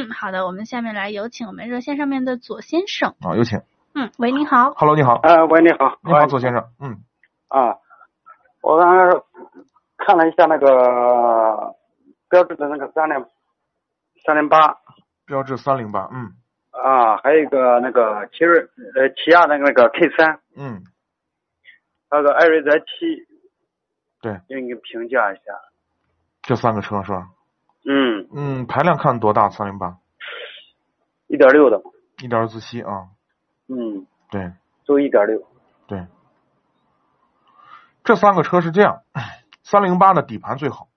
好的，我们下面来有请我们热线上面的左先生。 有请。 喂，你好。 Hello， 你好。 喂，你好。 你好，左先生。 我刚才看了一下那个标致的那个308。 标致308。 还有一个那个起亚的那个 K3。还有个艾瑞泽7。 对。 给你评价一下。 这3个车是吧？排量看多大？308。 1.6的。 1.2自吸啊。对。 都1.6。 对。这3个车是这样，308的底盘最好，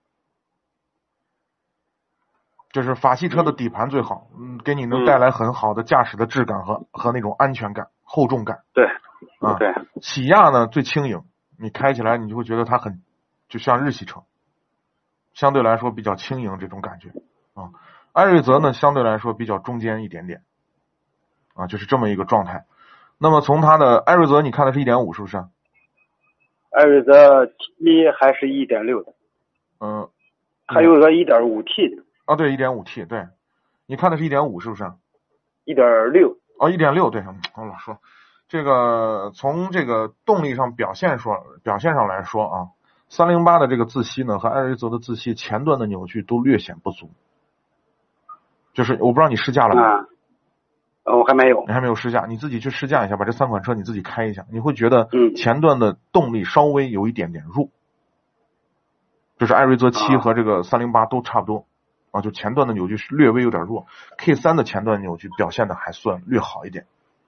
就是法系车的底盘最好，给你能带来很好的驾驶的质感和那种安全感、厚重感。 对。 对。起亚呢最轻盈，你开起来你就会觉得它就像日系车，相对来说比较轻盈这种感觉艾瑞泽呢相对来说比较中间一点点就是这么一个状态。那么从它的艾瑞泽你看的是 1.5 是不是？ 艾瑞泽 T 还是1.6的。还有个 1.5T 的。 对 1.5T 对。你看的是 1.5 是不是 ？1.6。 1.6对。我老说这个从这个动力上表现上来说308的这个自吸呢和艾瑞泽的自吸前端的扭矩都略显不足。就是我不知道你试驾了吗？ 我还没有。 你还没有试驾，你自己去试驾一下，把这3款车你自己开一下，你会觉得前段的动力稍微有一点点弱。就是艾瑞泽7和这个308都差不多就前段的扭矩是略微有点弱。K3 的前段扭矩表现的还算略好一点。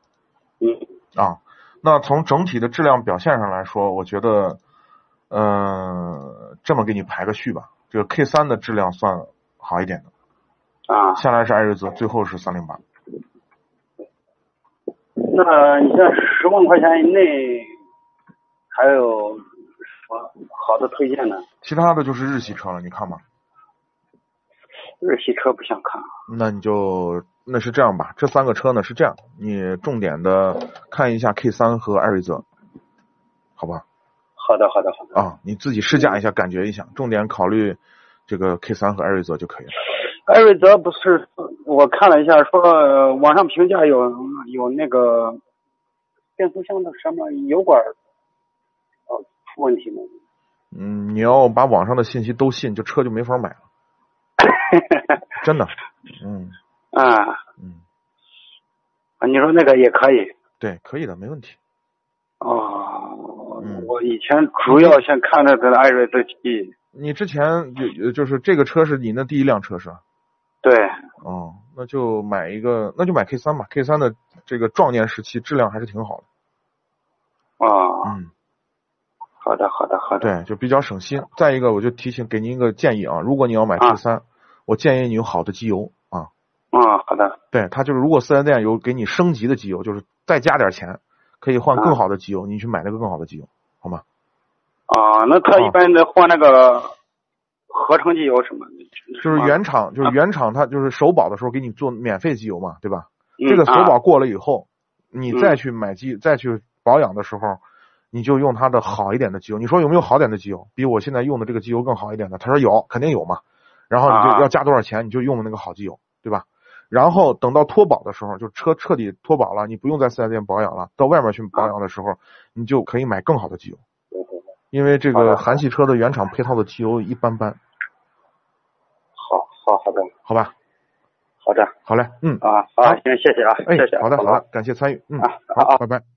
那从整体的质量表现上来说，我觉得这么给你排个序吧，这个 K3 的质量算好一点的下来是艾瑞泽，最后是308。 那你像10万块钱以内还有什么好的推荐呢？ 其他的就是日系车了，你看吗？ 日系车不想看。 那是这样吧，这3个车呢是这样，你重点的看一下 K3 和艾瑞泽，好吧？ 好的。 你自己试驾一下，感觉一下，重点考虑这个 K3 和艾瑞泽就可以了。 艾瑞泽不是，我看了一下，说网上评价有那个变速箱的什么油管出问题吗？ 你要把网上的信息都信，这车就没法买了。真的。 你说那个也可以？ 对，可以的，没问题。 我以前主要先看着的艾瑞泽7。 你之前就是这个车是你的第一辆车是吧？ 对。 那就买K3 吧。K3 的这个壮年时期质量还是挺好的。 好的。 对，就比较省心。再一个，我就给您一个建议如果你要买 K3，我建议你用好的机油好的。 对，它就是如果4S店有给你升级的机油，就是再加点钱可以换更好的机油，你去买那个更好的机油，好吗？ 那他一般得换那个合成机油什么的。 就是原厂它就是首保的时候给你做免费机油嘛，对吧？这个首保过了以后，你再去再去保养的时候，你就用它的好一点的机油。你说有没有好点的机油？比我现在用的这个机油更好一点的？他说有，肯定有嘛。然后你就要加多少钱，你就用那个好机油，对吧？然后等到脱保的时候，就车彻底脱保了，你不用在4S店保养了，到外面去保养的时候，你就可以买更好的机油。因为这个韩系车的原厂配套的机油一般般。 好的。 好吧。 好的。 好嘞。 好，行，谢谢谢谢。 好的，感谢参与。好，拜拜。